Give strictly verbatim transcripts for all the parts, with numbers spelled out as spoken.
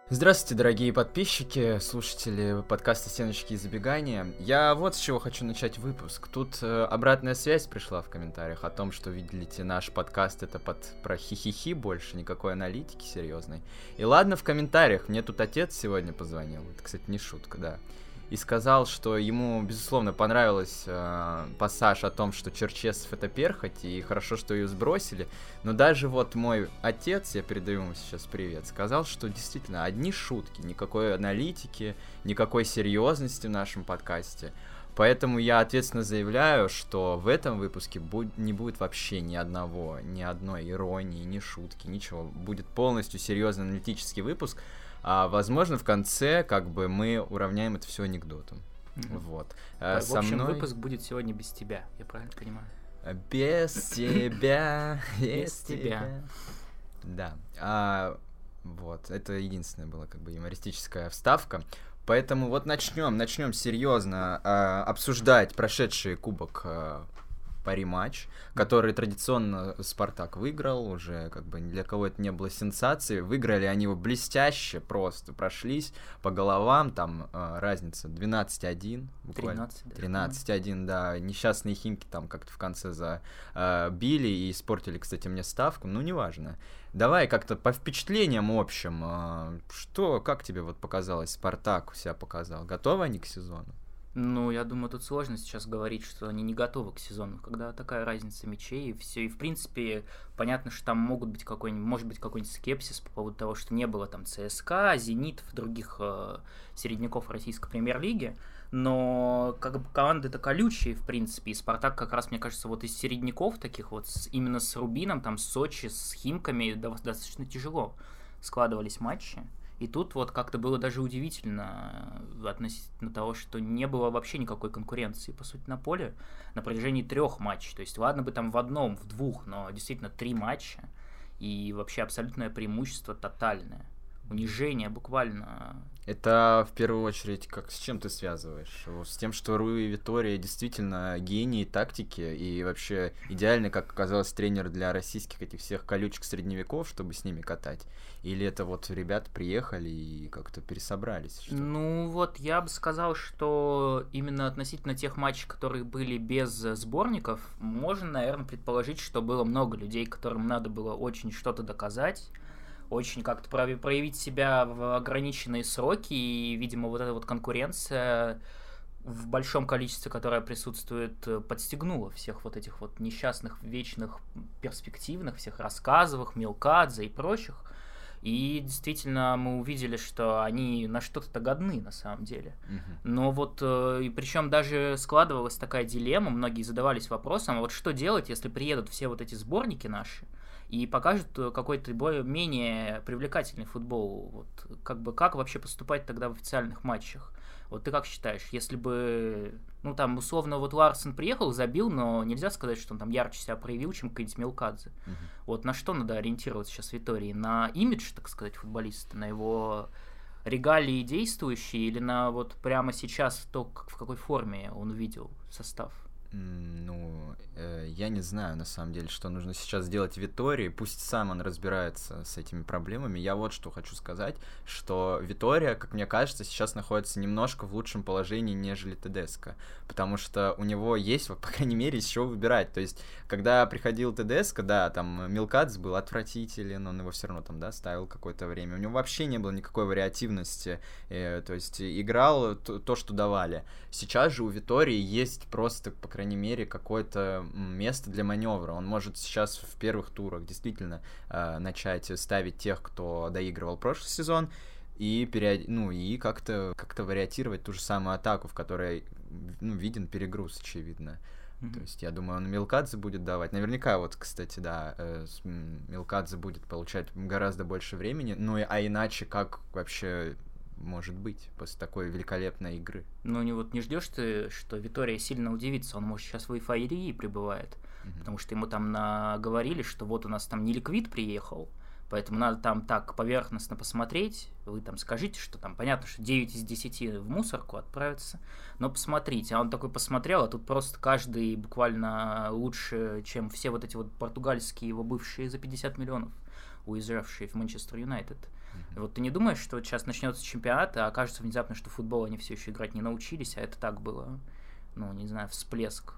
Здравствуйте, дорогие подписчики, слушатели подкаста «Стеночки и забегания». Я вот с чего хочу начать выпуск. Тут э, обратная связь пришла в комментариях о том, что, видите, наш подкаст это под про хи-хи-хи больше, никакой аналитики серьезной. И ладно, в комментариях, мне тут отец сегодня позвонил, это, кстати, не шутка, да, и сказал, что ему, безусловно, понравилось э, пассаж о том, что Черчесов это перхоть, и хорошо, что ее сбросили. Но даже вот мой отец, я передаю ему сейчас привет, сказал, что действительно одни шутки, никакой аналитики, никакой серьезности в нашем подкасте. Поэтому я ответственно заявляю, что в этом выпуске будь, не будет вообще ни одного, ни одной иронии, ни шутки, ничего. Будет полностью серьезный аналитический выпуск. А возможно, в конце как бы мы уравняем это все анекдотом. Mm-hmm. Вот. А, в общем, мной... выпуск будет сегодня без тебя, я правильно понимаю? Без тебя, без тебя. Да. А, вот. Это единственная была как бы юмористическая вставка. Поэтому вот начнем, начнем серьезно а, обсуждать прошедший кубок а, Пари-матч, который традиционно Спартак выиграл, уже как бы ни для кого это не было сенсацией. Выиграли они его блестяще, просто прошлись по головам, там э, разница двенадцать один, буквально. тринадцать, тринадцать один, да. Несчастные Химки там как-то в конце забили э, и испортили, кстати, мне ставку, ну неважно. Давай как-то по впечатлениям общим, э, что, как тебе вот показалось, Спартак себя показал? Готовы они к сезону? Ну, я думаю, тут сложно сейчас говорить, что они не готовы к сезону, когда такая разница мячей и все. И, в принципе, понятно, что там могут быть какой-нибудь, может быть какой-нибудь скепсис по поводу того, что не было там ЦСКА, Зенитов, других э, середняков российской премьер-лиги. Но как бы команды-то колючие, в принципе, и Спартак как раз, мне кажется, вот из середняков таких вот, с, именно с Рубином, там, с Сочи, с Химками достаточно тяжело складывались матчи. И тут вот как-то было даже удивительно относительно того, что не было вообще никакой конкуренции, по сути, на поле на протяжении трех матчей. То есть, ладно бы там в одном, в двух, но действительно три матча. И вообще абсолютное преимущество тотальное. Унижение буквально. Это в первую очередь как с чем ты связываешь? С тем, что Руи Витория действительно гений тактики и вообще идеальный, как оказалось, тренер для российских этих всех колючек средневеков, чтобы с ними катать? Или это вот ребята приехали и как-то пересобрались? Что-то? Ну вот я бы сказал, что именно относительно тех матчей, которые были без сборников, можно, наверное, предположить, что было много людей, которым надо было очень что-то доказать, очень как-то проявить себя в ограниченные сроки, и, видимо, вот эта вот конкуренция в большом количестве, которая присутствует, подстегнула всех вот этих вот несчастных, вечных, перспективных, всех рассказовых, Милкадзе и прочих. И действительно мы увидели, что они на что-то годны на самом деле. Uh-huh. Но вот, и причем даже складывалась такая дилемма, многие задавались вопросом, а вот что делать, если приедут все вот эти сборники наши и покажут какой-то более-менее привлекательный футбол? Вот, как бы, как вообще поступать тогда в официальных матчах? Вот ты как считаешь, если бы, ну там, условно, вот Ларсен приехал, забил, но нельзя сказать, что он там ярче себя проявил, чем какой-нибудь Милкадзе. Uh-huh. Вот на что надо ориентироваться сейчас Витории? На имидж, так сказать, футболиста, на его регалии действующие, или на вот прямо сейчас то, как, в какой форме он увидел состав? Ну, э, я не знаю, на самом деле, что нужно сейчас сделать Витории. Пусть сам он разбирается с этими проблемами. Я вот что хочу сказать, что Витория, как мне кажется, сейчас находится немножко в лучшем положении, нежели Тедеско. Потому что у него есть, вот, по крайней мере, из чего выбирать. То есть, когда приходил Тедеско, да, там Милкадзе был отвратителен, он его все равно там, да, ставил какое-то время. У него вообще не было никакой вариативности. Э, то есть, играл то, то, что давали. Сейчас же у Витории есть просто, по крайней мере, какое-то место для маневра. Он может сейчас в первых турах действительно э, начать ставить тех, кто доигрывал прошлый сезон, и, период... ну, и как-то, как-то вариатировать ту же самую атаку, в которой, ну, виден перегруз, очевидно. Mm-hmm. То есть, я думаю, он Милкадзе будет давать. Наверняка, вот, кстати, да, э, Милкадзе будет получать гораздо больше времени. Ну, а иначе как вообще может быть после такой великолепной игры? Ну, не вот не ждешь ты, что Витория сильно удивится. Он, может, сейчас в эйфории пребывает, mm-hmm. потому что ему там наговорили, что вот у нас там Неликвид приехал, поэтому надо там так поверхностно посмотреть. Вы там скажите, что там понятно, что девять из десяти в мусорку отправится, но посмотрите. А он такой посмотрел, а тут просто каждый буквально лучше, чем все вот эти вот португальские его бывшие за пятьдесят миллионов уезжавшие в Манчестер Юнайтед. Mm-hmm. Вот ты не думаешь, что вот сейчас начнется чемпионат, а окажется внезапно, что в футбол они все еще играть не научились, а это так было, ну, не знаю, всплеск?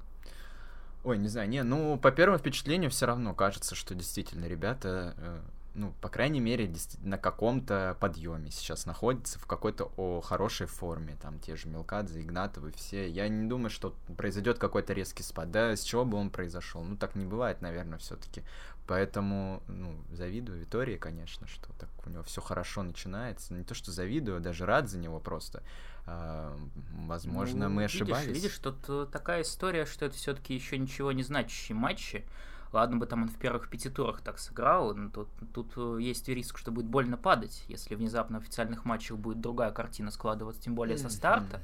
Ой, не знаю, не, ну, по первому впечатлению все равно кажется, что действительно ребята, э, ну, по крайней мере, на каком-то подъеме сейчас находятся, в какой-то о, хорошей форме, там, те же Мелкадзе, Игнатовы, все. Я не думаю, что произойдет какой-то резкий спад, да, с чего бы он произошел, ну, так не бывает, наверное, все-таки. Поэтому, ну, завидую Витории, конечно, что так у него все хорошо начинается. Не то, что завидую, даже рад за него просто. А, возможно, ну, мы видишь, ошибались. Видишь, тут такая история, что это все-таки еще ничего не значащие матчи. Ладно бы там он в первых пяти турах так сыграл, но тут, тут есть риск, что будет больно падать, если внезапно в официальных матчах будет другая картина складываться, тем более со старта.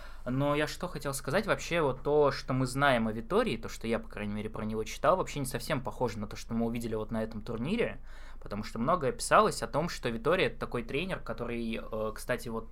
Но я что хотел сказать, вообще вот то, что мы знаем о Витории, то, что я, по крайней мере, про него читал, вообще не совсем похоже на то, что мы увидели вот на этом турнире, потому что многое писалось о том, что Витория — это такой тренер, который, кстати, вот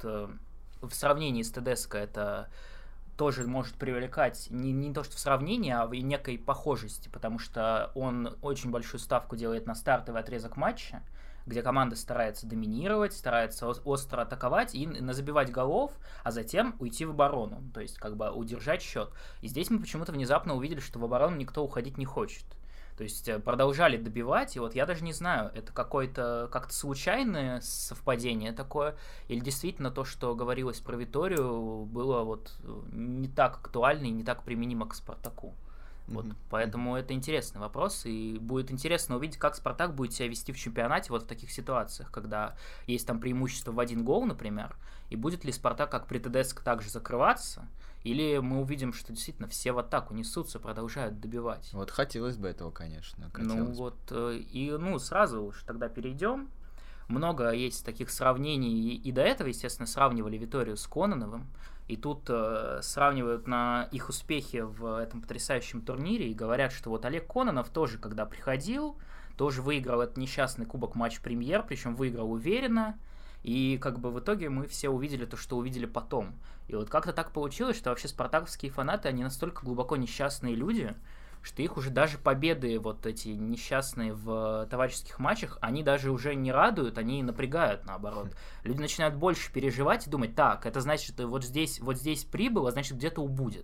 в сравнении с Тедеско это тоже может привлекать не, не то, что в сравнении, а в некой похожести, потому что он очень большую ставку делает на стартовый отрезок матча, где команда старается доминировать, старается остро атаковать и забивать голов, а затем уйти в оборону, то есть как бы удержать счет. И здесь мы почему-то внезапно увидели, что в оборону никто уходить не хочет. То есть продолжали добивать, и вот я даже не знаю, это какое-то как-то случайное совпадение такое, или действительно то, что говорилось про Виторию, было вот не так актуально и не так применимо к Спартаку. Вот, mm-hmm. Поэтому mm-hmm. это интересный вопрос, и будет интересно увидеть, как Спартак будет себя вести в чемпионате вот в таких ситуациях, когда есть там преимущество в один гол, например, и будет ли Спартак, как при Тедеско, также закрываться, или мы увидим, что действительно все в атаку несутся, продолжают добивать. Вот хотелось бы этого, конечно. Ну вот, и ну сразу уж тогда перейдем. Много есть таких сравнений, и до этого, естественно, сравнивали Виторию с Кононовым, и тут э, сравнивают на их успехи в этом потрясающем турнире и говорят, что вот Олег Кононов тоже, когда приходил, тоже выиграл этот несчастный кубок матч-премьер, причем выиграл уверенно, и как бы в итоге мы все увидели то, что увидели потом. И вот как-то так получилось, что вообще спартаковские фанаты, они настолько глубоко несчастные люди, что их уже даже победы вот эти несчастные в товарищеских матчах, они даже уже не радуют, они напрягают, наоборот. Люди начинают больше переживать и думать, так, это значит, что вот здесь, вот здесь прибыло, значит, где-то убудет.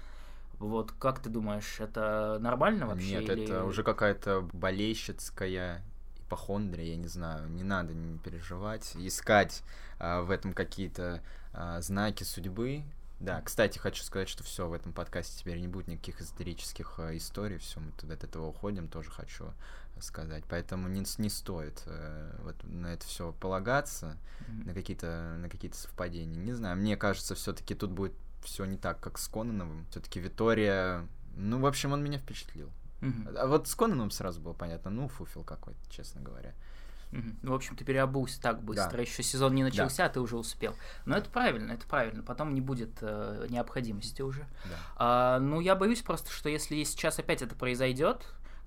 Вот как ты думаешь, это нормально вообще? Нет, или... это уже какая-то болельщицкая ипохондрия, я не знаю, не надо не переживать, искать а, в этом какие-то а, знаки судьбы. Да, кстати, хочу сказать, что все, в этом подкасте теперь не будет никаких эзотерических э, историй, все, мы туда от этого уходим, тоже хочу сказать. Поэтому не, не стоит э, вот на это все полагаться, mm-hmm. на какие-то на какие-то совпадения. Не знаю, мне кажется, все-таки тут будет все не так, как с Кононовым. Все-таки Витория, ну, в общем, он меня впечатлил. Mm-hmm. А вот с Кононовым сразу было понятно, ну, фуфел какой-то, честно говоря. Ну, в общем, ты переобулся так быстро, да. Еще сезон не начался, да. А ты уже успел. Но это правильно, это правильно, потом не будет э, необходимости уже. Да. А, ну, я боюсь просто, что если сейчас опять это произойдет,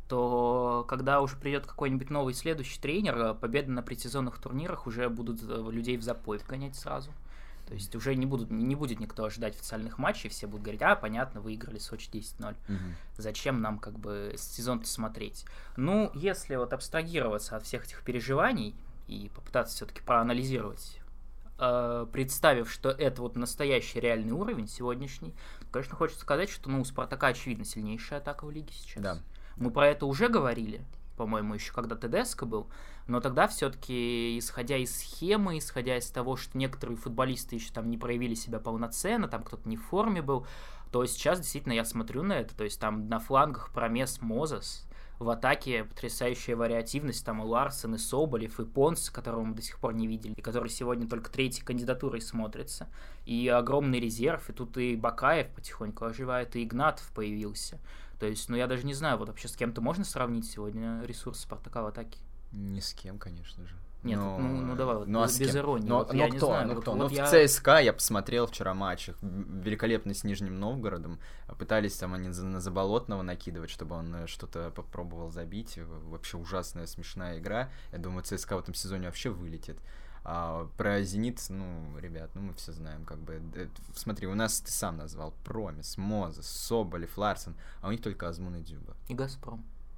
то когда уже придет какой-нибудь новый следующий тренер, победы на предсезонных турнирах уже будут людей в запой вгонять сразу. То есть уже не, будут, не будет никто ожидать официальных матчей, все будут говорить, а, понятно, выиграли Сочи десять ноль. Угу. Зачем нам как бы сезон-то смотреть? Ну, если вот абстрагироваться от всех этих переживаний и попытаться все-таки проанализировать, э, представив, что это вот настоящий реальный уровень сегодняшний, то, конечно, хочется сказать, что ну, у Спартака, очевидно, сильнейшая атака в лиге сейчас. Да. Мы про это уже говорили, по-моему, еще когда Тедеско был, но тогда все-таки, исходя из схемы, исходя из того, что некоторые футболисты еще там не проявили себя полноценно, там кто-то не в форме был, то сейчас действительно я смотрю на это, то есть там на флангах Промес, Мозес, в атаке потрясающая вариативность, там и Ларсен, и Соболев, и Понс, которого мы до сих пор не видели, и который сегодня только третьей кандидатурой смотрится, и огромный резерв, и тут и Бакаев потихоньку оживает, и Игнатов появился. То есть, ну я даже не знаю, вот вообще с кем-то можно сравнить сегодня ресурсы Спартака в атаке? Ни с кем, конечно же. Нет, но... ну, ну давай, вот, ну, а без иронии. Но, вот, но я кто, не знаю, ну вот, кто? Вот ну я... в ЦСКА я посмотрел вчера матч, великолепно с Нижним Новгородом, пытались там они на Заболотного накидывать, чтобы он что-то попробовал забить, вообще ужасная, смешная игра, я думаю, ЦСКА в этом сезоне вообще вылетит. А про «Зенит», ну, ребят, ну мы все знаем, как бы, смотри, у нас ты сам назвал Промес, Мозес, Соболев, Ларсен, а у них только Азмун и Дюба. И Газпром.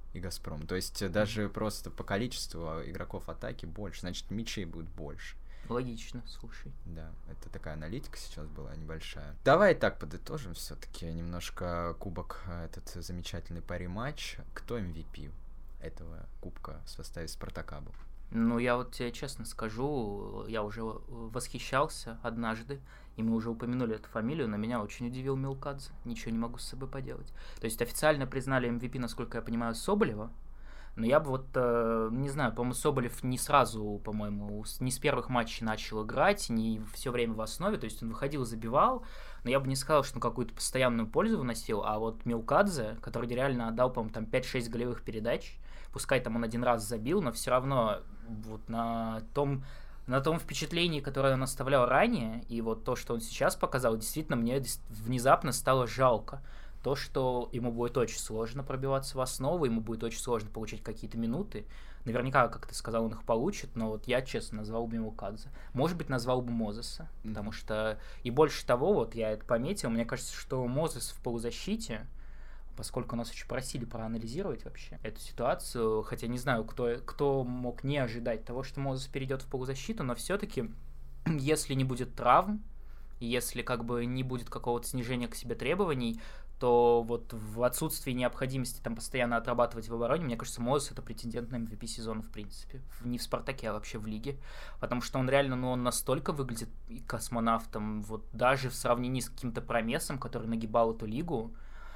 и «Газпром». То есть даже просто по количеству игроков атаки больше, значит, мячей будет больше. Логично, слушай. Да, это такая аналитика сейчас была небольшая. Давай так подытожим все-таки немножко кубок, этот замечательный пари-матч. Кто эм ви пи этого кубка в составе «Спартака» был? Ну, я вот тебе честно скажу, я уже восхищался однажды, и мы уже упомянули эту фамилию, но меня очень удивил Милкадзе. Ничего не могу с собой поделать. То есть официально признали эм ви пи, насколько я понимаю, Соболева. Но я бы вот, э, не знаю, по-моему, Соболев не сразу, по-моему, не с первых матчей начал играть, не все время в основе, то есть он выходил, забивал, но я бы не сказал, что он какую-то постоянную пользу выносил, а вот Милкадзе, который реально отдал, по-моему, там пять-шесть голевых передач, пускай там он один раз забил, но все равно вот на том, на том впечатлении, которое он оставлял ранее, и вот то, что он сейчас показал, действительно мне внезапно стало жалко. То, что ему будет очень сложно пробиваться в основу, ему будет очень сложно получить какие-то минуты. Наверняка, как ты сказал, он их получит, но вот я, честно, назвал бы Милкадзе. Может быть, назвал бы Мозеса, mm-hmm. потому что... И больше того, вот я это пометил, мне кажется, что Мозес в полузащите, поскольку нас очень просили проанализировать вообще эту ситуацию, хотя не знаю, кто, кто мог не ожидать того, что Мозес перейдет в полузащиту, но все-таки, если не будет травм, если как бы не будет какого-то снижения к себе требований, то вот в отсутствии необходимости там постоянно отрабатывать в обороне, мне кажется, Мозес — это претендент на эм ви пи сезона, в принципе. Не в «Спартаке», а вообще в лиге. Потому что он реально, ну, он настолько выглядит космонавтом, вот даже в сравнении с каким-то Промесом, который нагибал эту лигу.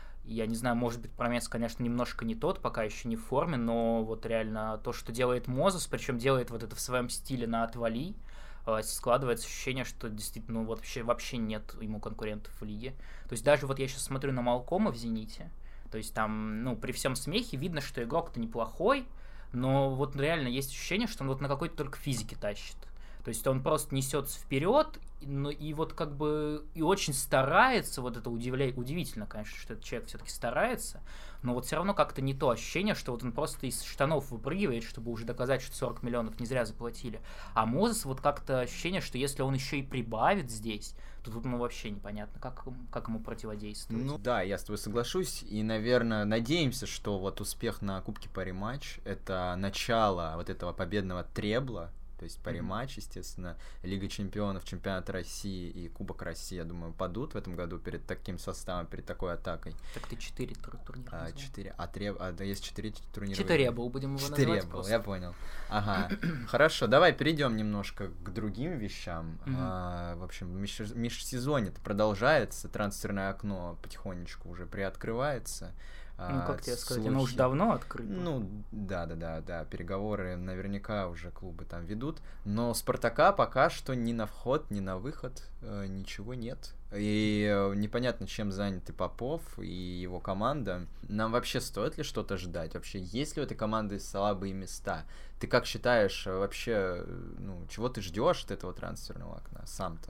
Я не знаю, может быть, Промес, конечно, немножко не тот, пока еще не в форме, но вот реально то, что делает Мозес, причем делает вот это в своем стиле на отвали, складывается ощущение, что действительно ну, вот вообще, вообще нет ему конкурентов в лиге. То есть даже вот я сейчас смотрю на Малкома в «Зените», то есть там, ну, при всем смехе видно, что игрок-то неплохой, но вот реально есть ощущение, что он вот на какой-то только физике тащит. То есть он просто несется вперед, ну, и вот как бы и очень старается, вот это удивляет, удивительно, конечно, что этот человек все-таки старается, но вот все равно как-то не то ощущение, что вот он просто из штанов выпрыгивает, чтобы уже доказать, что сорок миллионов не зря заплатили. А Мозес вот как-то ощущение, что если он еще и прибавит здесь, то тут ну вообще непонятно, как, как ему противодействовать. Ну да, я с тобой соглашусь, и, наверное, надеемся, что вот успех на Кубке Пари-матч — это начало вот этого победного требла. То есть пари-матч, естественно, Лига чемпионов, Чемпионат России и Кубок России, я думаю, падут в этом году перед таким составом, перед такой атакой. Так ты четыре турнира а, четыре, а, треб... а да, есть четыре турнира. Четыребл, будем его называть Четыребл, я понял. Ага, хорошо, давай перейдем немножко к другим вещам. а, в общем, меж... межсезонье-то продолжается, трансферное окно потихонечку уже приоткрывается. Ну, как тебе сказать, слухи... оно уже давно открыто. Ну, да-да-да, переговоры наверняка уже клубы там ведут, но Спартака пока что ни на вход, ни на выход э, ничего нет. И э, непонятно, чем заняты Попов и его команда. Нам вообще стоит ли что-то ждать? Вообще, есть ли у этой команды слабые места? Ты как считаешь, вообще, ну, чего ты ждешь от этого трансферного окна сам-то?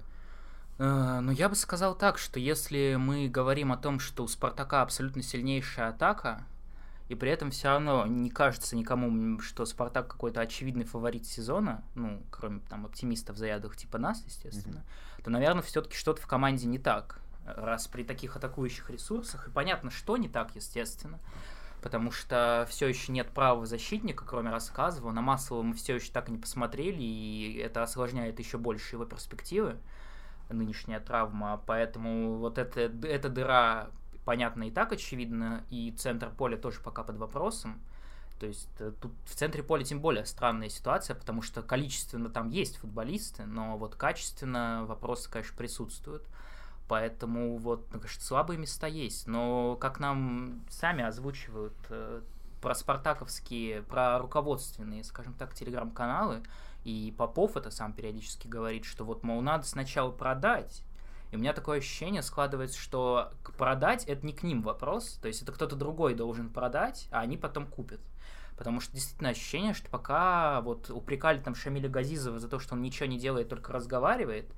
Ну, я бы сказал так, что если мы говорим о том, что у Спартака абсолютно сильнейшая атака, и при этом все равно не кажется никому, что Спартак какой-то очевидный фаворит сезона, ну, кроме там оптимистов заядлых типа нас, естественно, mm-hmm. то, наверное, все-таки что-то в команде не так, раз при таких атакующих ресурсах, и понятно, что не так, естественно, потому что все еще нет правого защитника, кроме Рассказова, на Маслова мы все еще так и не посмотрели, и это осложняет еще больше его перспективы. Нынешняя травма, поэтому вот это, эта дыра, понятно, и так очевидно, и центр поля тоже пока под вопросом. То есть тут в центре поля тем более странная ситуация, потому что количественно там есть футболисты, но вот качественно вопросы, конечно, присутствуют. Поэтому вот, конечно, слабые места есть. Но как нам сами озвучивают про спартаковские, про руководственные, скажем так, телеграм-каналы, и Попов это сам периодически говорит, что вот, мол, надо сначала продать. И у меня такое ощущение складывается, что продать это не к ним вопрос, то есть это кто-то другой должен продать, а они потом купят. Потому что действительно ощущение, что пока вот упрекали там Шамиля Газизова за то, что он ничего не делает, только разговаривает,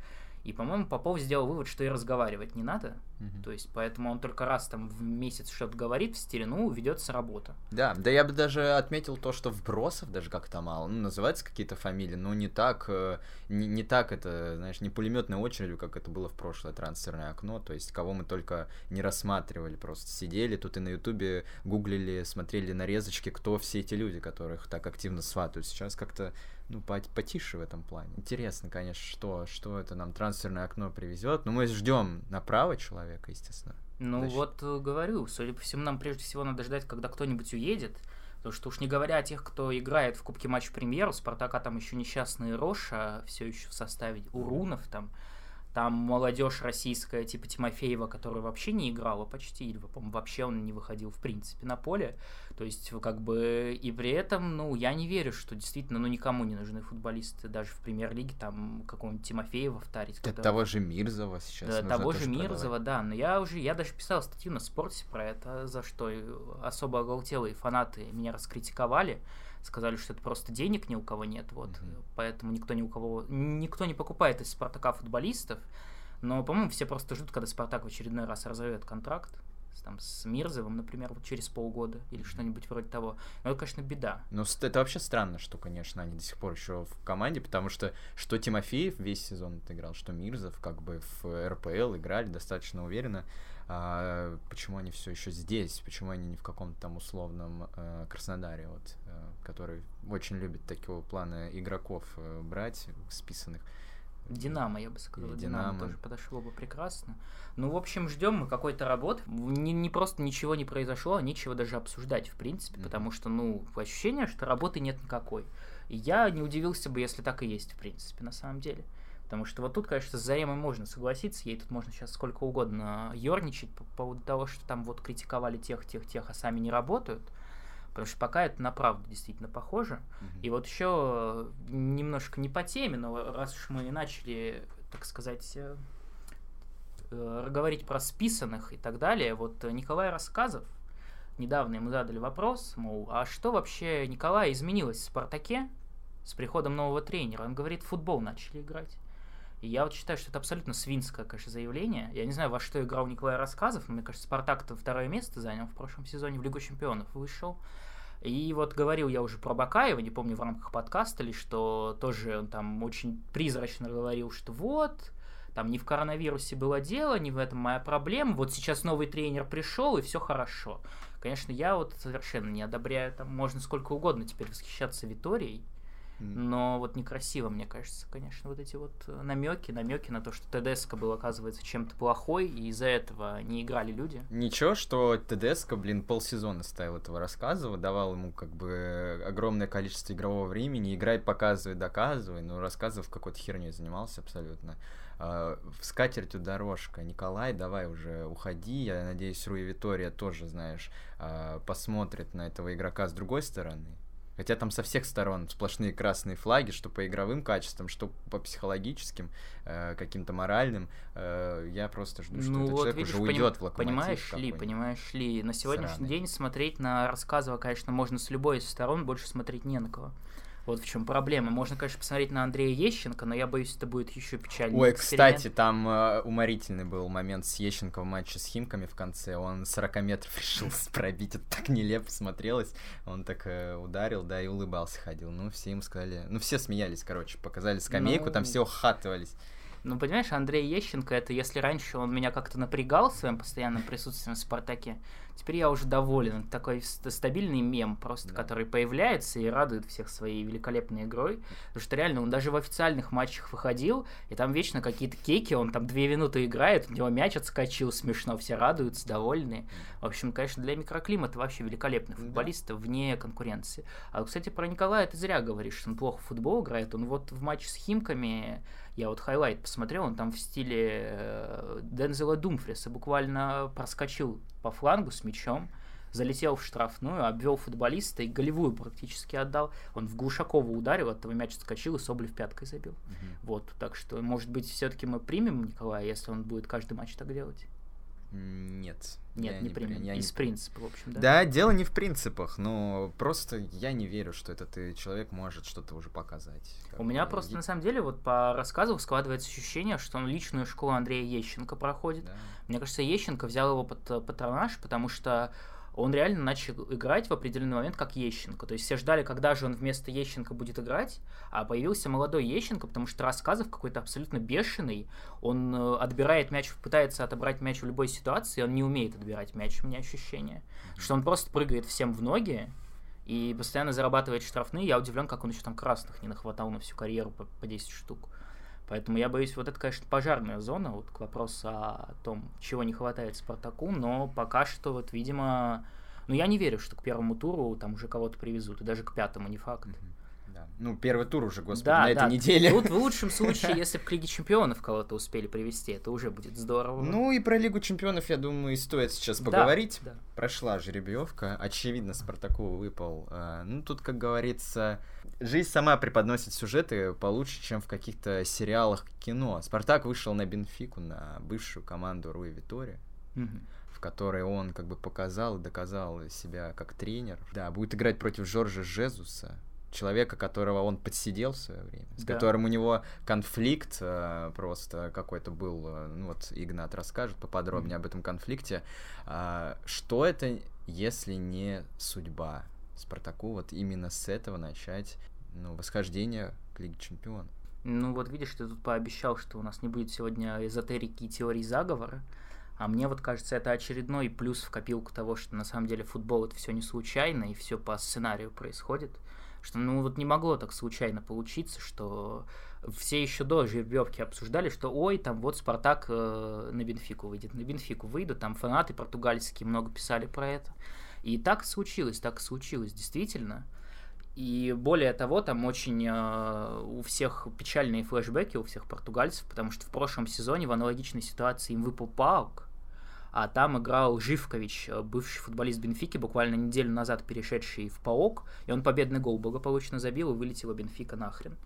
И, по-моему, Попов сделал вывод, что и разговаривать не надо. Мгм. То есть, поэтому он только раз там в месяц что-то говорит в стиле, ну, ведется работа. Да, да я бы даже отметил то, что вбросов даже как-то мало. Ну, называются какие-то фамилии, но не так, э, не, не так это, знаешь, не пулеметной очередью, как это было в прошлое трансферное окно. То есть, кого мы только не рассматривали, просто сидели тут и на Ютубе гуглили, смотрели нарезочки, кто все эти люди, которых так активно сватают. Сейчас как-то, ну, потише в этом плане. Интересно, конечно, что, что это нам трансферное окно привезет. Но мы ждем направо человека, естественно. Ну Защит. вот э, говорю, судя по всему, нам прежде всего надо ждать, когда кто-нибудь уедет. Потому что уж не говоря о тех, кто играет в Кубке Матч Премьер, у Спартака там еще несчастный Роша, все еще в составе Урунов там. Там молодежь российская, типа Тимофеева, которая вообще не играла почти, или, по-моему, вообще он не выходил, в принципе, на поле. То есть, как бы, и при этом, ну, я не верю, что действительно, ну, никому не нужны футболисты, даже в премьер-лиге, там, какого-нибудь Тимофеева втарить. Да, того же Мирзова сейчас Да, нужно того тоже же Мирзова, продавать. да, но я уже, я даже писал статью на Спорте про это, за что особо оголтелые фанаты меня раскритиковали, сказали, что это просто денег ни у кого нет, вот, Мгм. поэтому никто ни у кого, никто не покупает из Спартака футболистов, но, по-моему, все просто ждут, когда Спартак в очередной раз разовьет контракт, с, там, с Мирзовым, например, вот через полгода или что-нибудь вроде того. Но это, конечно, беда. Ну, с- это вообще странно, что, конечно, они до сих пор еще в команде, потому что что Тимофеев весь сезон отыграл, что Мирзов как бы в эр пэ эл играли достаточно уверенно. А почему они все еще здесь? Почему они не в каком-то там условном э, Краснодаре, вот, э, который очень любит такого плана игроков э, брать, списанных? Динамо, я бы сказал. Или Динамо. Динамо. тоже подошло бы прекрасно. Ну, в общем, ждем мы какой-то работы. Не, не просто ничего не произошло, а нечего даже обсуждать, в принципе, Мгм. потому что, ну, ощущение, что работы нет никакой. И я не удивился бы, если так и есть, в принципе, на самом деле. Потому что вот тут, конечно, с Заремой можно согласиться, ей тут можно сейчас сколько угодно ерничать по поводу того, что там вот критиковали тех, тех, тех, а сами не работают. Потому что пока это на правду действительно похоже. Мгм. И вот еще немножко не по теме, но раз уж мы начали, так сказать, э, э, говорить про списанных и так далее, вот Николай Рассказов, недавно ему задали вопрос, мол, а что вообще, Николай, изменилось в «Спартаке» с приходом нового тренера? Он говорит, в футбол начали играть. И я вот считаю, что это абсолютно свинское, конечно, заявление. Я не знаю, во что играл Николай Рассказов, но мне кажется, «Спартак»-то второе место занял в прошлом сезоне, в Лигу чемпионов вышел. И вот говорил я уже про Бакаева, не помню, в рамках подкаста ли, что тоже он там очень призрачно говорил, что вот, там не в коронавирусе было дело, не в этом моя проблема, вот сейчас новый тренер пришел, и все хорошо. Конечно, я вот совершенно не одобряю, там можно сколько угодно теперь восхищаться Виторией, М. но вот некрасиво, мне кажется, конечно, вот эти вот намеки, намеки на то, что Тедеско был, оказывается, чем-то плохой, и из-за этого не играли люди. Ничего, что Тедеско, блин, полсезона ставил этого Рассказова, давал ему как бы огромное количество игрового времени, играй, показывай, доказывай, но Рассказов какой-то херней занимался абсолютно. А, с катертью дорожка. Николай, давай уже уходи, я надеюсь, Руи Витория тоже, знаешь, а, посмотрит на этого игрока с другой стороны. Хотя там со всех сторон сплошные красные флаги, что по игровым качествам, что по психологическим, э, каким-то моральным. Э, я просто жду, что Ну этот вот, человек видишь, уже поним- уйдет в Локомотив. Понимаешь ли, какой-нибудь. понимаешь ли, на сегодняшний Сраный. день смотреть на Рассказова, конечно, можно с любой из сторон, больше смотреть не на кого. Вот в чем проблема. Можно, конечно, посмотреть на Андрея Ещенко, но я боюсь, это будет еще печальнее. Ой, кстати, там э, уморительный был момент с Ещенко в матче с Химками в конце. Он сорок метров решил пробить. Это так нелепо смотрелось. Он так э, ударил, да, и улыбался, ходил. Ну, все ему сказали... Ну, все смеялись, короче. Показали скамейку, Ну, там все ухатывались. Ну, понимаешь, Андрей Ещенко, это если раньше он меня как-то напрягал своим постоянным присутствием в «Спартаке», теперь я уже доволен. Это такой ст- стабильный мем просто, Да. который появляется и радует всех своей великолепной игрой. Потому что реально он даже в официальных матчах выходил, и там вечно какие-то кейки, он там две минуты играет, у него мяч отскочил смешно, все радуются, довольные. В общем, конечно, для микроклимата вообще великолепный футболист, да. Вне конкуренции. А, кстати, про Николая ты зря говоришь, что он плохо в футбол играет. Он вот в матче с Химками... Я вот хайлайт посмотрел, он там в стиле э, Дензела Думфриса буквально проскочил по флангу с мячом, залетел в штрафную, обвел футболиста и голевую практически отдал. Он в Глушакова ударил, от этого мяч отскочил и Соболев пяткой забил. Мгм. Вот, так что, может быть, все-таки мы примем Николая, если он будет каждый матч так делать. Нет. Нет, не, не примем. Я Из не... принципа, в общем, да? Да, дело не в принципах, но просто я не верю, что этот человек может что-то уже показать. У меня просто, я... на самом деле, вот по рассказу складывается ощущение, что он личную школу Андрея Ещенко проходит. Да. Мне кажется, Ещенко взял его под патронаж, потому что он реально начал играть в определенный момент как Ещенко. То есть все ждали, когда же он вместо Ещенко будет играть, а появился молодой Ещенко, потому что Рассказов какой-то абсолютно бешеный. Он отбирает мяч, пытается отобрать мяч в любой ситуации, он не умеет отбирать мяч, у меня ощущение. Mm-hmm. Что он просто прыгает всем в ноги и постоянно зарабатывает штрафные. Я удивлен, как он еще там красных не нахватал на всю карьеру по, по десять штук. Поэтому я боюсь, вот это, конечно, пожарная зона, вот к вопросу о том, чего не хватает Спартаку, но пока что, вот, видимо, ну, я не верю, что к первому туру там уже кого-то привезут, и даже к пятому не факт. Mm-hmm. Да. Ну, первый тур уже, господи, да, на да. этой неделе. Тут в лучшем случае, если бы к Лиге Чемпионов кого-то успели привезти, это уже будет здорово. Ну, и про Лигу Чемпионов, я думаю, и стоит сейчас да, поговорить. Да. Прошла жеребьевка, очевидно, Спартаку выпал. Ну, тут, как говорится... Жизнь сама преподносит сюжеты получше, чем в каких-то сериалах кино. Спартак вышел на Бенфику, на бывшую команду Руи Витория, mm-hmm. в которой он как бы показал и доказал себя как тренер. Да, будет играть против Жоржа Жезуса, человека, которого он подсидел в свое время, с да. которым у него конфликт э, просто какой-то был. Ну вот Игнат расскажет поподробнее mm-hmm. об этом конфликте. А, что это, если не судьба? Спартаку вот именно с этого начать, ну, восхождение к Лиге Чемпионов. Ну вот видишь, ты тут пообещал, что у нас не будет сегодня эзотерики и теории заговора, а мне вот кажется, это очередной плюс в копилку того, что на самом деле футбол это все не случайно и все по сценарию происходит, что ну вот не могло так случайно получиться, что все еще до жеребьевки обсуждали, что ой, там вот Спартак э, на Бенфику выйдет, на Бенфику выйдут, там фанаты португальские много писали про это. И так и случилось, так и случилось, действительно. И более того, там очень э, у всех печальные флешбеки, у всех португальцев, потому что в прошлом сезоне в аналогичной ситуации им выпал Паук, а там играл Живкович, бывший футболист Бенфики, буквально неделю назад перешедший в ПАОК, и он победный гол благополучно забил, и вылетела Бенфика нахрен.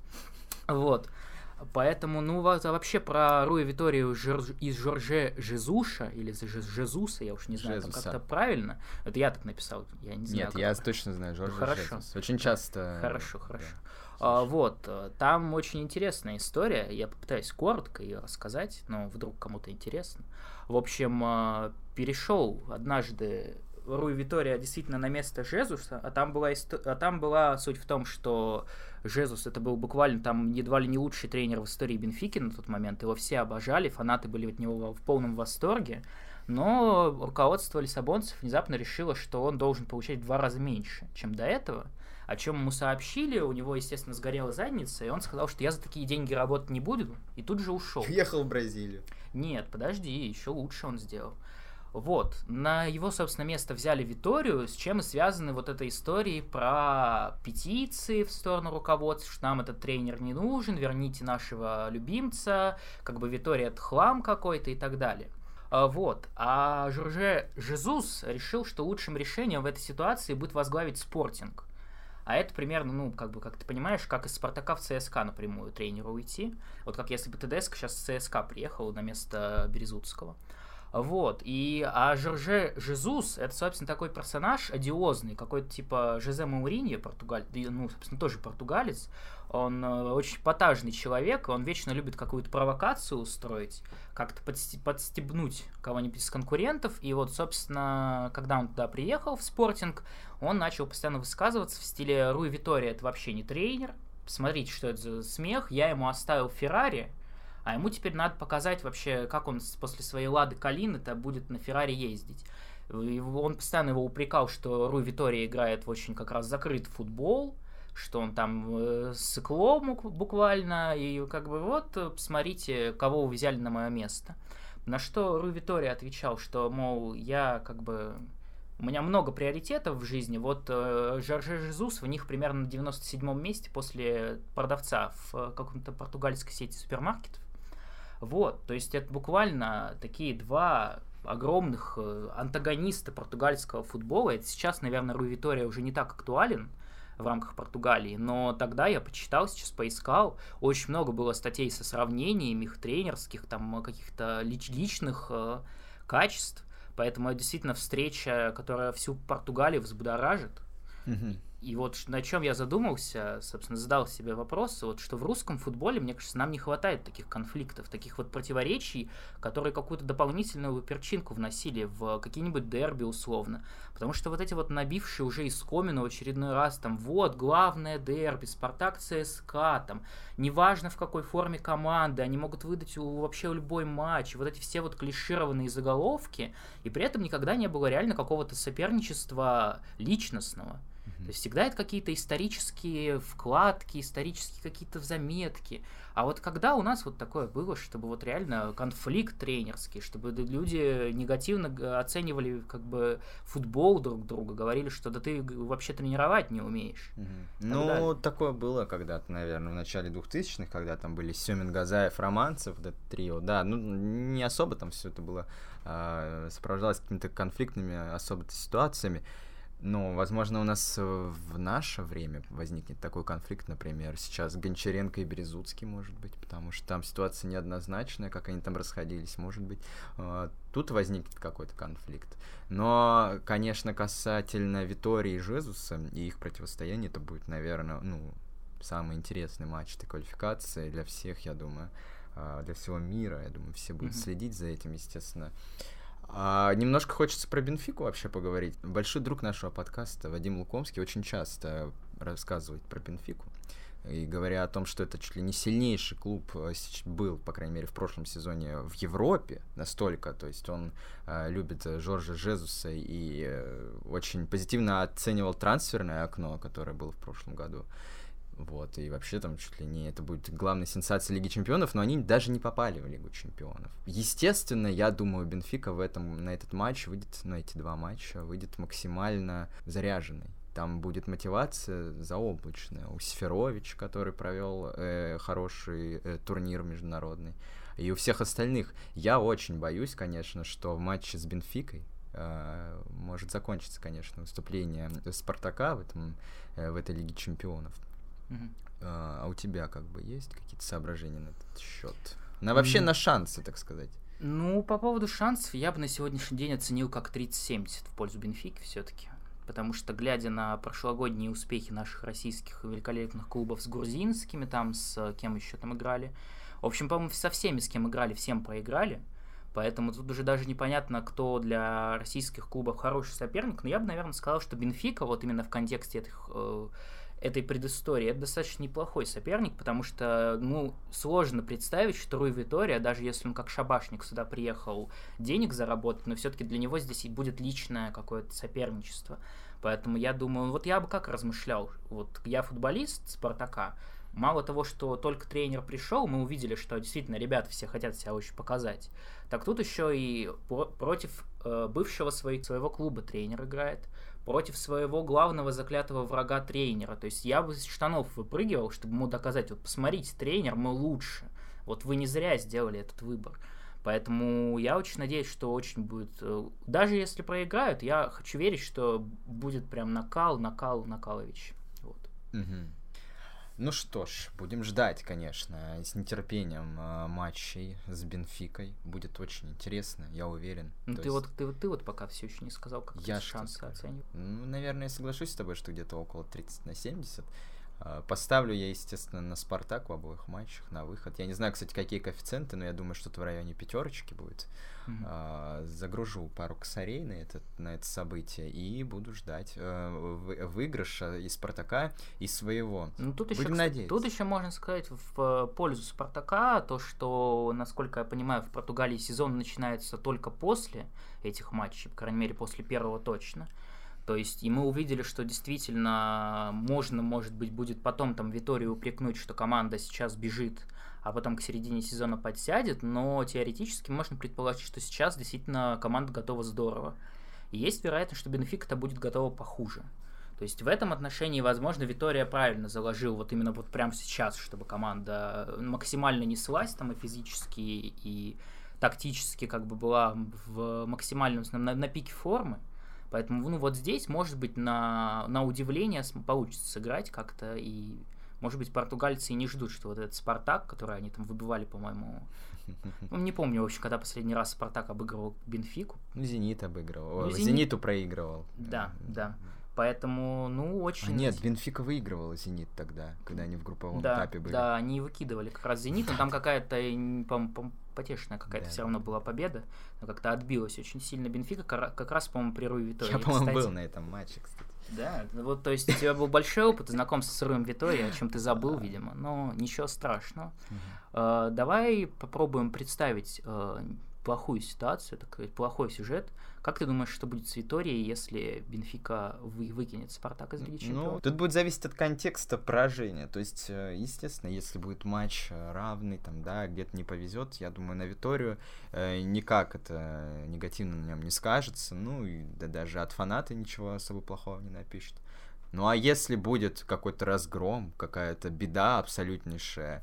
Вот. Поэтому, ну, вообще про Руи Виторию из Жорже Жезуша, или Жезуса, я уж не знаю, там как-то правильно. Это я так написал, я не знаю. Нет, я как... точно знаю, Жорже Хорошо. Жезус. Очень часто... Хорошо, хорошо. Да. А, вот, там очень интересная история, я попытаюсь коротко ее рассказать, но вдруг кому-то интересно. В общем, перешел однажды Руи Витория действительно на место Жезуса, а там была, исто... а там была суть в том, что Жезус это был буквально там едва ли не лучший тренер в истории Бенфики на тот момент, его все обожали, фанаты были от него в полном восторге, но руководство лиссабонцев внезапно решило, что он должен получать в два раза меньше, чем до этого, о чем ему сообщили, у него, естественно, сгорела задница, и он сказал, что я за такие деньги работать не буду, и тут же ушел. Уехал в Бразилию. Нет, подожди, еще лучше он сделал. Вот, на его, собственно, место взяли Виторию, с чем и связаны вот этой истории про петиции в сторону руководства, что нам этот тренер не нужен, верните нашего любимца, как бы Витория это хлам какой-то и так далее. Вот, а Жорже Жезус решил, что лучшим решением в этой ситуации будет возглавить Спортинг. А это примерно, ну, как бы, как ты понимаешь, как из Спартака в ЦСКА напрямую тренеру уйти. Вот как если бы ТДСК сейчас в ЦСКА приехал на место Березутского. Вот, и, а Жорже Жезус, это, собственно, такой персонаж одиозный, какой-то типа Жозе Мауриньо, португаль, ну, собственно, тоже португалец, он э, очень эпатажный человек, он вечно любит какую-то провокацию устроить, как-то подстеб- подстебнуть кого-нибудь из конкурентов, и вот, собственно, когда он туда приехал, в Спортинг, он начал постоянно высказываться в стиле «Руи Витория это вообще не тренер, посмотрите, что это за смех, я ему оставил Феррари, а ему теперь надо показать вообще, как он после своей Лады Калины-то будет на Феррари ездить. И он постоянно его упрекал, что Руи Витория играет в очень как раз закрытый футбол, что он там э, сыкло буквально, и как бы вот, посмотрите, кого вы взяли на мое место. На что Руи Витория отвечал, что, мол, я как бы... У меня много приоритетов в жизни. Вот э, Жорже Жезус в них примерно на девяносто седьмом месте после продавца в каком-то португальской сети супермаркетов. Вот, то есть это буквально такие два огромных антагониста португальского футбола. Это сейчас, наверное, Руи Витория уже не так актуален в рамках Португалии, но тогда я почитал, сейчас поискал, очень много было статей со сравнениями их тренерских, там каких-то лич- личных качеств, поэтому это действительно встреча, которая всю Португалию взбудоражит. Мгм. И вот ш- на чем я задумался, собственно, задал себе вопрос, вот что в русском футболе, мне кажется, нам не хватает таких конфликтов, таких вот противоречий, которые какую-то дополнительную перчинку вносили в какие-нибудь дерби условно. Потому что вот эти вот набившие уже искомину в очередной раз, там, вот, главное дерби, Спартак ЦСКА, там, неважно в какой форме команды, они могут выдать у- вообще любой матч, вот эти все вот клишированные заголовки, и при этом никогда не было реально какого-то соперничества личностного. То есть всегда это какие-то исторические вкладки, исторические какие-то заметки. А вот когда у нас вот такое было, чтобы вот реально конфликт тренерский, чтобы д- люди негативно г- оценивали как бы футбол друг друга, говорили, что да ты г- вообще тренировать не умеешь. Мгм. так Ну, далее. такое было когда-то, наверное, в начале двухтысячных, когда там были Семин, Газаев, Романцев, вот это трио, да, ну, не особо там все это было, а, сопровождалось какими-то конфликтными особо-то ситуациями. Ну, возможно, у нас э, в наше время возникнет такой конфликт, например, сейчас Гончаренко и Березуцкий, может быть, потому что там ситуация неоднозначная, как они там расходились, может быть, э, тут возникнет какой-то конфликт. Но, конечно, касательно Витории и Жезуса и их противостояния, это будет, наверное, ну, самый интересный матч этой квалификации для всех, я думаю, э, для всего мира, я думаю, все будут Мгм. следить за этим, естественно. А, немножко хочется про Бенфику вообще поговорить. Большой друг нашего подкаста Вадим Лукомский очень часто рассказывает про Бенфику. И говоря о том, что это чуть ли не сильнейший клуб э, сеч- был, по крайней мере, в прошлом сезоне в Европе настолько. То есть он э, любит э, Жоржа Жезуса и э, очень позитивно оценивал трансферное окно, которое было в прошлом году. Вот, и вообще там чуть ли не это будет главной сенсацией Лиги Чемпионов, но они даже не попали в Лигу Чемпионов. Естественно, я думаю, Бенфика в этом, на этот матч выйдет, на эти два матча, выйдет максимально заряженный. Там будет мотивация заоблачная. У Сеферовича, который провел э, хороший э, турнир международный, и у всех остальных. Я очень боюсь, конечно, что в матче с Бенфикой э, может закончиться, конечно, выступление Спартака в, этом, э, в этой Лиге Чемпионов. Мгм. А, а у тебя как бы есть какие-то соображения на этот счет? На вообще М. на шансы, так сказать. Ну, по поводу шансов, я бы на сегодняшний день оценил как тридцать семьдесят в пользу Бенфики все-таки. Потому что, глядя на прошлогодние успехи наших российских великолепных клубов с грузинскими, там с кем еще там играли. В общем, по-моему, со всеми, с кем играли, всем проиграли. Поэтому тут уже даже непонятно, кто для российских клубов хороший соперник. Но я бы, наверное, сказал, что Бенфика, вот именно в контексте этих, э, этой предыстории, это достаточно неплохой соперник, потому что, ну, сложно представить, что Руй Витория, даже если он как шабашник сюда приехал денег заработать, но все-таки для него здесь и будет личное какое-то соперничество. Поэтому я думаю, вот я бы как размышлял, вот я футболист Спартака, мало того, что только тренер пришел, мы увидели, что действительно ребята все хотят себя очень показать, так тут еще и по- против э, бывшего своей, своего клуба тренер играет, против своего главного заклятого врага тренера. То есть я бы из штанов выпрыгивал, чтобы ему доказать, вот посмотрите, тренер, мы лучше. Вот вы не зря сделали этот выбор. Поэтому я очень надеюсь, что очень будет... э, Даже если проиграют, я хочу верить, что будет прям накал, накал, накалович. Вот. Мгм. Ну что ж, будем ждать, конечно, с нетерпением э, матчей с Бенфикой. Будет очень интересно, я уверен. Ну То ты есть вот, ты, вот- ты вот пока все еще не сказал, как я ты что шансы скажу? оцениваешь. Ну, наверное, я соглашусь с тобой, что где-то около тридцать на семьдесят. А, Поставлю я, естественно, на Спартак в обоих матчах, на выход. Я не знаю, кстати, какие коэффициенты, но я думаю, что-то в районе пятерочки будет. Мгм. А, Загружу пару косарей на это, на это событие и буду ждать э, вы- выигрыша и Спартака, и своего. Ну, тут еще, Будем кстати, надеяться. тут еще можно сказать в э, пользу Спартака то, что, насколько я понимаю, в Португалии сезон начинается только после этих матчей, по крайней мере, после первого точно. То есть, и мы увидели, что действительно можно, может быть, будет потом там Виторию упрекнуть, что команда сейчас бежит, а потом к середине сезона подсядет, но теоретически можно предположить, что сейчас действительно команда готова здорово. И есть вероятность, что Бенфика-то будет готова похуже. То есть в этом отношении, возможно, Витория правильно заложил вот именно вот прямо сейчас, чтобы команда максимально неслась там и физически, и тактически как бы была в максимальном, на, на пике формы. Поэтому, ну, вот здесь, может быть, на, на удивление получится сыграть как-то и Может быть, португальцы и не ждут, что вот этот Спартак, который они там выбивали, по-моему... Ну, не помню, в общем, когда последний раз Спартак обыгрывал Бенфику. Ну, Зенит обыгрывал. Ну, О, Зенит... Зениту проигрывал. Да, да. Поэтому, ну, очень... А нет, Бенфика выигрывала Зенит тогда, когда они в групповом да, этапе были. Да, они выкидывали как раз Зенит, но там какая-то, по-моему, потешная какая-то да, все равно была победа, но как-то отбилась очень сильно Бенфика, как раз, по-моему, при Руи Витории. Я, по-моему, был на этом матче, кстати. Да, вот, то есть у тебя был большой опыт знакомства с Руем Виторией, о чем ты забыл, видимо, но ничего страшного. Uh, давай попробуем представить uh, плохую ситуацию, так сказать, плохой сюжет. Как ты думаешь, что будет с Виторией, если Бенфика вы, выкинет Спартак из Лиги Чемпионов? Ну, тут будет зависеть от контекста поражения. То есть, естественно, если будет матч равный, там, да, где-то не повезет, я думаю, на Виторию э, никак это негативно на нем не скажется. Ну, и да, даже от фаната ничего особо плохого не напишет. Ну, а если будет какой-то разгром, какая-то беда абсолютнейшая,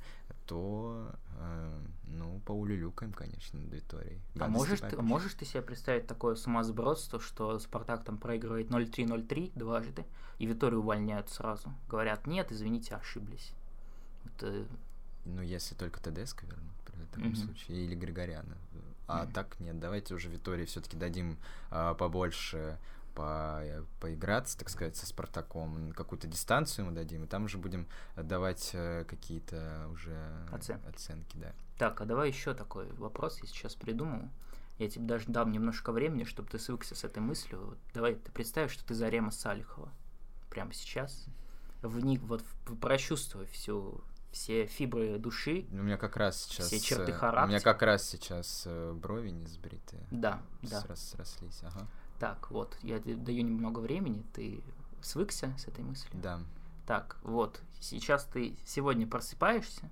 то, э, ну, поулюлюкаем, конечно, над Виторией. А можешь ты, можешь ты себе представить такое сумасбродство, что Спартак там проигрывает ноль три ноль три дважды, и Виторию увольняют сразу? Говорят, нет, извините, ошиблись. Это... Ну, если только Тедеско вернут, в таком mm-hmm. случае, или Григоряна. А mm-hmm. так нет, давайте уже Витории все-таки дадим а, побольше... По, поиграться, так сказать, со Спартаком, какую-то дистанцию ему дадим, и там уже будем давать э, какие-то уже Оцен. оценки, да. Так, а давай еще такой вопрос, я сейчас придумал. Я тебе даже дам немножко времени, чтобы ты свыкся с этой мыслью. Вот давай ты представь, что ты Зарема Салихова прямо сейчас. Вник, вот прочувствуй всю, все фибры души. У меня как раз сейчас... Все черты характера. У меня как раз сейчас брови не сбритые. Да, да. Срослись, ага. Так, вот, я тебе даю немного времени, ты свыкся с этой мыслью? Да. Так, вот, сейчас ты сегодня просыпаешься,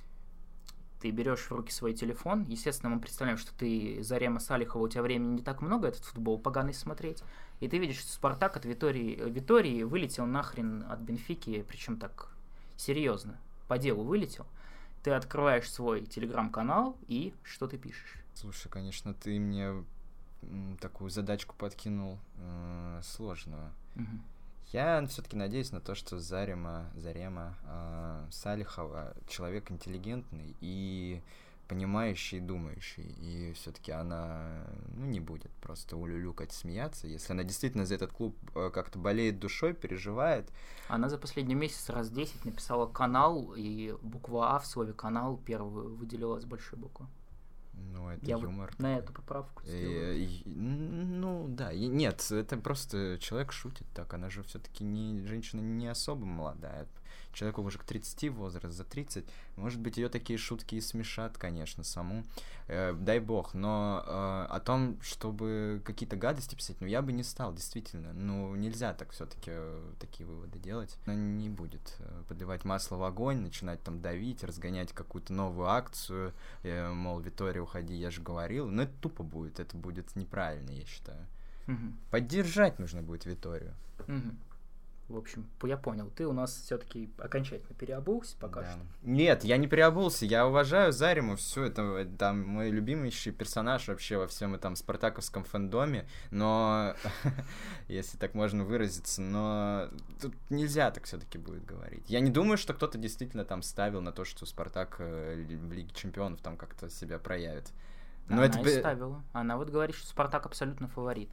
ты берешь в руки свой телефон, естественно, мы представляем, что ты Зарема Салихова, у тебя времени не так много этот футбол поганый смотреть, и ты видишь, что Спартак от Витории, Витории вылетел нахрен от Бенфики, причем так серьезно, по делу вылетел. Ты открываешь свой телеграм-канал, и что ты пишешь? Слушай, конечно, ты мне... такую задачку подкинул э, сложную. Uh-huh. Я все-таки надеюсь на то, что Зарема, Зарема э, Салихова человек интеллигентный и понимающий, думающий. И все-таки она ну, не будет просто улюлюкать, смеяться. Если она действительно за этот клуб э, как-то болеет душой, переживает. Она за последний месяц раз десять написала канал, и буква А в слове канал первую выделилась большой буквой. Ну, это я юмор. Вот на эту поправку сделаю. И, и, ну, да. И, нет, это просто человек шутит так. Она же все-таки не женщина не особо молодая. Человеку уже к тридцати возраст, за тридцать. Может быть, ее такие шутки и смешат, конечно, саму. Э, дай бог. Но э, о том, чтобы какие-то гадости писать, ну, я бы не стал, действительно. Ну, нельзя так все-таки э, такие выводы делать. Она не будет э, подливать масло в огонь, начинать там давить, разгонять какую-то новую акцию. Э, мол, Витория, уходи, я же говорил. Но это тупо будет, это будет неправильно, я считаю. Угу. Поддержать нужно будет Виторию. Угу. В общем, я понял, ты у нас все-таки окончательно переобулся пока да. что. Нет, я не переобулся, я уважаю Зарему, все это там мой любимейший персонаж вообще во всем этом спартаковском фэндоме, но, если так можно выразиться, но тут нельзя так все-таки будет говорить. Я не думаю, что кто-то действительно там ставил на то, что Спартак в Лиге Чемпионов там как-то себя проявит. Но она это... и ставила. Она вот говорит, что Спартак абсолютно фаворит.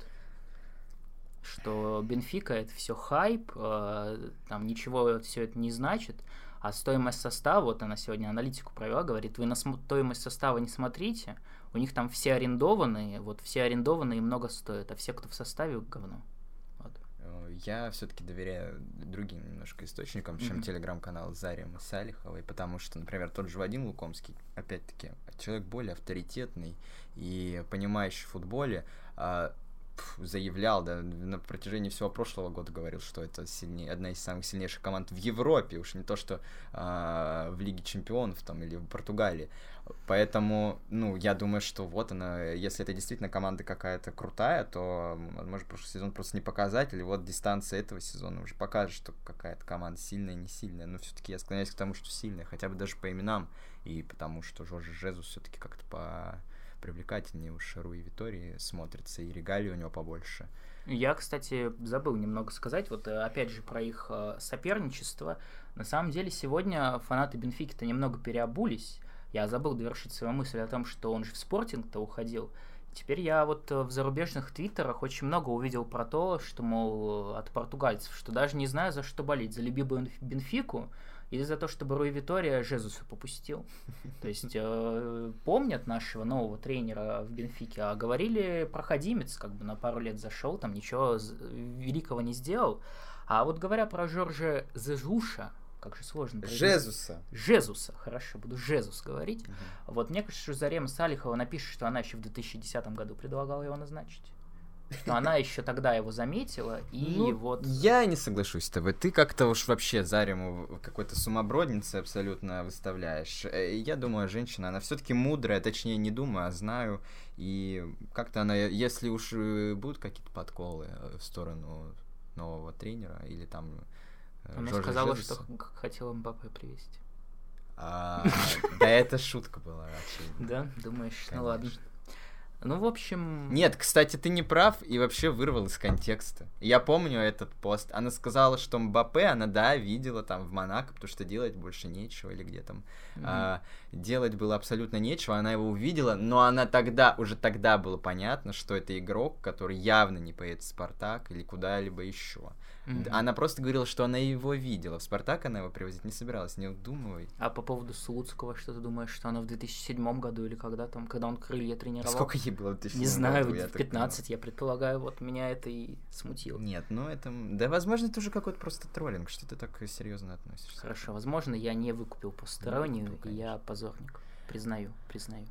Что Бенфика это все хайп, э, там ничего все это не значит, а стоимость состава, вот она сегодня аналитику провела, говорит, вы на стоимость состава не смотрите, у них там все арендованные, вот все арендованные много стоят, а все, кто в составе, говно. Вот. Я все-таки доверяю другим немножко источникам, чем mm-hmm. телеграм-канал Заремы Салиховой, потому что, например, тот же Вадим Лукомский, опять-таки, человек более авторитетный и понимающий в футболе, а заявлял, да, на протяжении всего прошлого года говорил, что это сильнее, одна из самых сильнейших команд в Европе, уж не то, что а, в Лиге Чемпионов там или в Португалии. Поэтому, ну, я думаю, что вот она, если это действительно команда какая-то крутая, то, может, прошлый сезон просто не показатель, и вот дистанция этого сезона уже покажет, что какая-то команда сильная, не сильная. Но все-таки я склоняюсь к тому, что сильная, хотя бы даже по именам, и потому что Жорж Жезус все-таки как-то по... попривлекательнее уж Руи Витории смотрится, и регалий у него побольше. Я, кстати, забыл немного сказать, вот опять же про их соперничество. На самом деле сегодня фанаты Бенфики-то немного переобулись. Я забыл довершить свою мысль о том, что он же в Спортинг-то уходил. Теперь я вот в зарубежных твиттерах очень много увидел про то, что, мол, от португальцев, что даже не знаю, за что болеть, за любимую Бенфику или за то, чтобы Руи Витория Жезуса попустил. То есть э, помнят нашего нового тренера в Бенфике, а говорили, проходимец, как бы на пару лет зашел, там ничего великого не сделал. А вот говоря про Жоржа Жезуса, как же сложно. Жезуса. Жезуса, хорошо, буду Жезус говорить. Uh-huh. Вот мне кажется, что Зарема Салихова напишет, что она еще в две тысячи десятом году предлагала его назначить. Что она еще тогда его заметила, и ну, вот... Я не соглашусь с тобой. Ты как-то уж вообще Зарему какой-то сумасбродницей абсолютно выставляешь. Я думаю, женщина, она все-таки мудрая, точнее, не думаю, а знаю. И как-то она, если уж будут какие-то подколы в сторону нового тренера, или там... Она Жоржа сказала, Жезуса. что хотела Мбаппе привезти. А, да, это шутка была, очевидно. Да, думаешь, ну ладно. Ну, в общем... Нет, кстати, ты не прав и вообще вырвал из контекста. Я помню этот пост. Она сказала, что Мбаппе, она, да, видела там в Монако, потому что делать больше нечего, или где там. Mm-hmm. А, делать было абсолютно нечего, она его увидела, но она тогда, уже тогда было понятно, что это игрок, который явно не поедет в Спартак или куда-либо еще. Mm-hmm. Она просто говорила, что она его видела. В Спартак она его привозить не собиралась, не думай. А по поводу Слуцкого, что ты думаешь, что она в две тысячи седьмом году или когда там, когда он крылья тренировал? Сколько ей было в две тысячи седьмом Не знаю, году, в пятнадцать, я предполагаю, вот меня это и смутило. Нет, ну это... Да, возможно, это уже какой-то просто троллинг, что ты так серьезно относишься. Хорошо, возможно, я не выкупил постороннюю, ну, и я позорник. Признаю, признаю.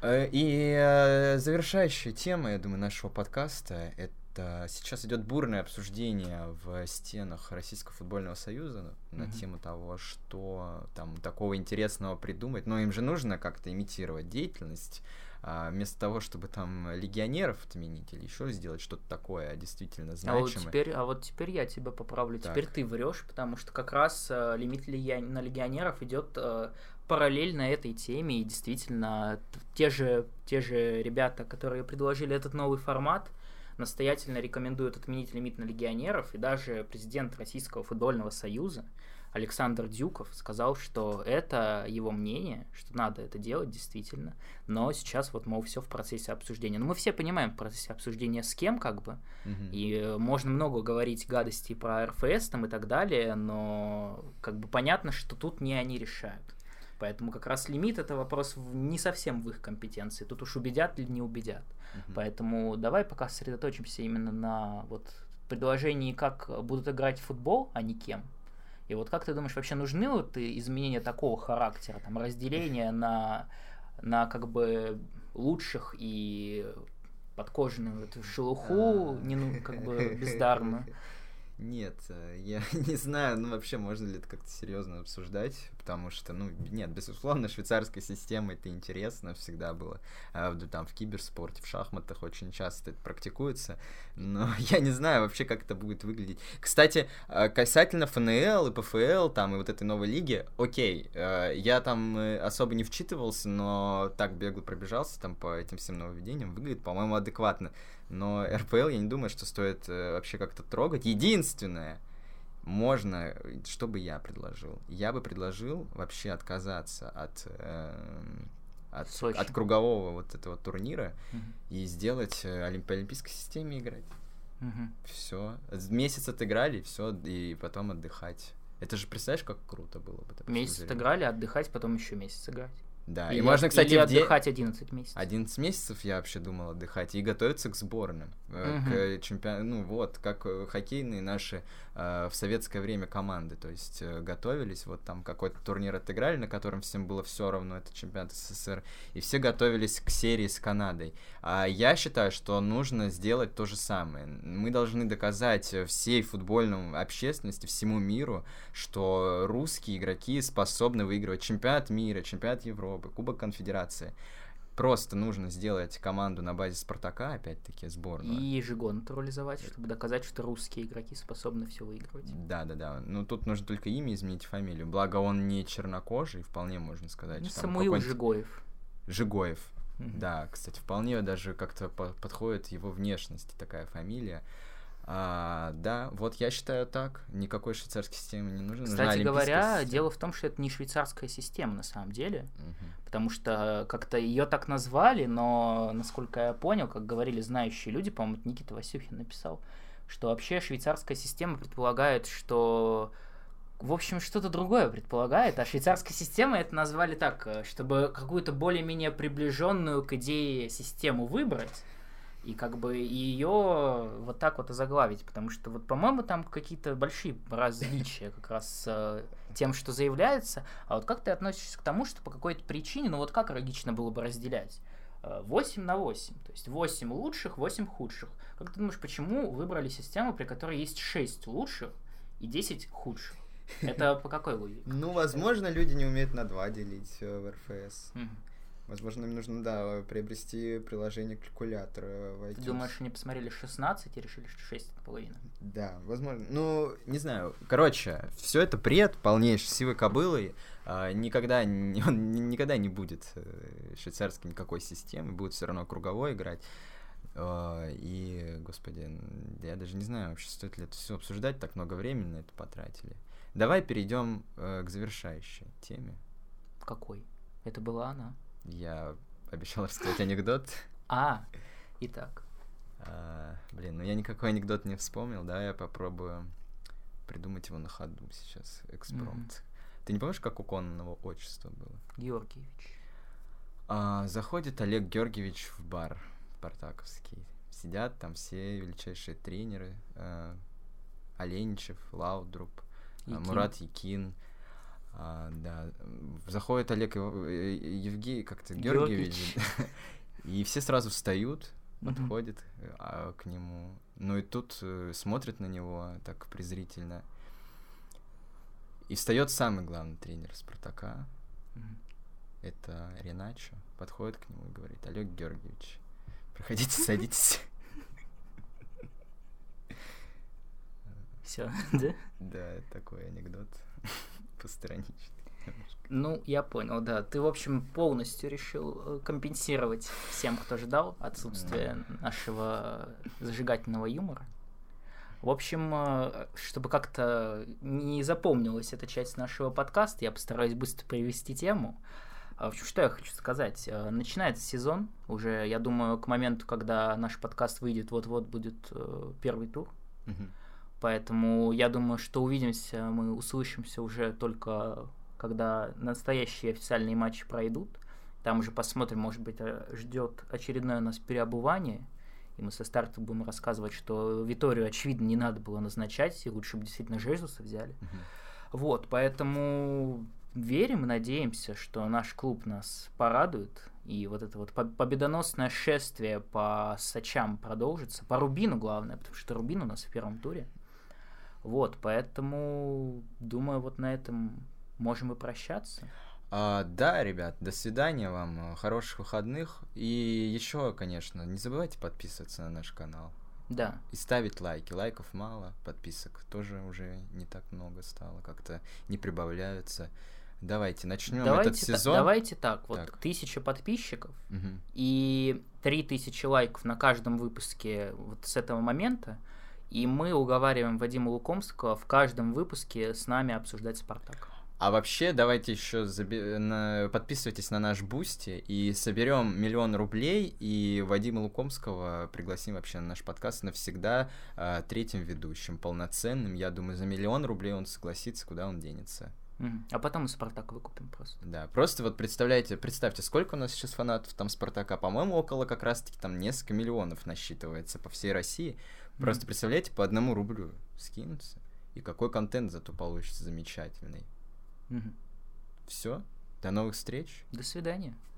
И э, завершающая тема, я думаю, нашего подкаста, это сейчас идет бурное обсуждение в стенах Российского футбольного союза на mm-hmm. тему того, что там такого интересного придумать. Но им же нужно как-то имитировать деятельность, а, вместо того, чтобы там легионеров отменить или еще сделать что-то такое действительно значимое. А вот теперь, а вот теперь я тебя поправлю. Так. Теперь ты врешь, потому что как раз э, лимит легион... на легионеров идет э, параллельно этой теме, и действительно те же, те же ребята, которые предложили этот новый формат, настоятельно рекомендуют отменить лимит на легионеров, и даже президент Российского футбольного союза Александр Дюков сказал, что это его мнение, что надо это делать действительно, но сейчас вот, мол, все в процессе обсуждения. Но мы все понимаем в процессе обсуждения с кем, как бы, mm-hmm. и можно много говорить гадостей про эр эф эс там и так далее, но как бы понятно, что тут не они решают. Поэтому как раз лимит — это вопрос не совсем в их компетенции. Тут уж убедят или не убедят. Uh-huh. Поэтому давай пока сосредоточимся именно на вот предложении, как будут играть в футбол, а не кем. И вот как ты думаешь, вообще нужны вот изменения такого характера, там, разделения на, на как бы лучших и подкожную эту шелуху, не, ну, как бы бездарно? Нет, я не знаю, ну вообще можно ли это как-то серьезно обсуждать, потому что, ну, нет, безусловно, швейцарская система — это интересно, всегда было, а, там в киберспорте, в шахматах очень часто это практикуется, но я не знаю вообще, как это будет выглядеть. Кстати, касательно эф эн эл и пэ эф эл, там, и вот этой новой лиги, окей, я там особо не вчитывался, но так бегло пробежался там по этим всем нововведениям, выглядит, по-моему, адекватно. Но эр пэ эл я не думаю, что стоит э, вообще как-то трогать. Единственное, можно, что бы я предложил? Я бы предложил вообще отказаться от, э, от, от кругового вот этого турнира угу. и сделать э, олимп- по олимпийской системе играть. Угу. Все. Месяц отыграли, все, и потом отдыхать. Это же, представляешь, как круто было бы. Месяц отыграли, отдыхать, потом еще месяц играть. Да, или, и можно, кстати, или отдыхать одиннадцать месяцев. одиннадцать месяцев я вообще думал отдыхать и готовиться к сборным, uh-huh. к чемпионату, ну вот, как хоккейные наши э, в советское время команды, то есть э, готовились, вот там какой-то турнир отыграли, на котором всем было все равно, это чемпионат эс эс эс эр, и все готовились к серии с Канадой. А я считаю, что нужно сделать то же самое. Мы должны доказать всей футбольной общественности, всему миру, что русские игроки способны выигрывать чемпионат мира, чемпионат Европы, Кубок Конфедерации. Просто нужно сделать команду на базе Спартака, опять-таки, сборную. И Жигон натурализовать, чтобы доказать, что русские игроки способны все выигрывать. Да-да-да. Ну, тут нужно только имя изменить, фамилию. Благо, он не чернокожий, вполне можно сказать. Ну, что Самуил Жигоев. Жигоев. Mm-hmm. Да, кстати, вполне даже как-то по- подходит его внешности такая фамилия. А, да, вот я считаю так. Никакой швейцарской системы не нужно. Кстати говоря, система. Дело в том, что это не швейцарская система на самом деле, uh-huh. потому что как-то ее так назвали, но, насколько я понял, как говорили знающие люди, по-моему, это Никита Васюхин написал, что вообще швейцарская система предполагает, что... В общем, что-то другое предполагает, а швейцарская система это назвали так, чтобы какую-то более-менее приближенную к идее систему выбрать, и как бы ее вот так вот озаглавить, потому что вот, по-моему, там какие-то большие различия как раз с тем, что заявляется, а вот как ты относишься к тому, что по какой-то причине, ну вот как логично было бы разделять? восемь на восемь, то есть восемь лучших, восемь худших. Как ты думаешь, почему выбрали систему, при которой есть шесть лучших и десять худших? Это по какой логике? Ну, возможно, люди не умеют на два делить в эр эф эс. Возможно, им нужно, да, приобрести приложение калькулятора в iTunes. Ты думаешь, они посмотрели шестнадцать и решили, что шесть это половина? Да, возможно. Ну, не знаю. Короче, все это бред полнейший, сивой кобылой. А, никогда, не, он никогда не будет швейцарской никакой системы, будет все равно круговой играть. А, и, господи, я даже не знаю, вообще стоит ли это все обсуждать, так много времени на это потратили. Давай перейдем э, к завершающей теме. Какой? Это была она. Я обещал рассказать анекдот. А, итак. А, блин, ну я никакой анекдот не вспомнил, да, я попробую придумать его на ходу сейчас, экспромт. Mm-hmm. Ты не помнишь, как у Кононова отчество было? Георгиевич. А, заходит Олег Георгиевич в бар спартаковский. Сидят там все величайшие тренеры. А, Оленичев, Лаудруб, а, Мурат Якин. А, да, заходит Олег Евгений, как-то Георгиевич, и все сразу встают, подходят mm-hmm. а, к нему. Ну и тут э, смотрят на него так презрительно. И встает самый главный тренер Спартака. Mm-hmm. Это Реначо. Подходит к нему и говорит: Олег Георгиевич, проходите, садитесь. Все, да? Да, такой анекдот. Постраничный. Ну, я понял, да. Ты, в общем, полностью решил компенсировать всем, кто ждал отсутствие mm. нашего зажигательного юмора. В общем, чтобы как-то не запомнилась эта часть нашего подкаста, я постараюсь быстро привести тему. В общем, что я хочу сказать. Начинается сезон. Уже, я думаю, к моменту, когда наш подкаст выйдет, вот-вот будет первый тур. Mm-hmm. Поэтому я думаю, что увидимся, мы услышимся уже только когда настоящие официальные матчи пройдут. Там уже посмотрим, может быть, ждет очередное у нас переобувание. И мы со старта будем рассказывать, что Виторию, очевидно, не надо было назначать, и лучше бы действительно Жезуса взяли. Uh-huh. Вот, поэтому верим и надеемся, что наш клуб нас порадует. И вот это вот победоносное шествие по Сочам продолжится. По Рубину, главное, потому что Рубин у нас в первом туре. Вот, поэтому, думаю, вот на этом можем и прощаться. А, да, ребят, до свидания вам, хороших выходных. И еще, конечно, не забывайте подписываться на наш канал. Да. И ставить лайки. Лайков мало, подписок тоже уже не так много стало, как-то не прибавляются. Давайте начнем давайте этот сезон. Та- давайте так, вот так. тысяча подписчиков угу. и три тысячи лайков на каждом выпуске вот с этого момента. И мы уговариваем Вадима Лукомского в каждом выпуске с нами обсуждать «Спартак». А вообще, давайте еще заби- на... подписывайтесь на наш Бусти и соберем миллион рублей, и Вадима Лукомского пригласим вообще на наш подкаст навсегда а, третьим ведущим, полноценным. Я думаю, за миллион рублей он согласится, куда он денется. Mm-hmm. А потом мы «Спартак» выкупим просто. Да, просто вот представляете, представьте, сколько у нас сейчас фанатов там «Спартака». По-моему, около как раз-таки там несколько миллионов насчитывается по всей России. Просто mm-hmm. представляете, по одному рублю скинуться, и какой контент зато получится замечательный. Mm-hmm. Все, до новых встреч. До свидания.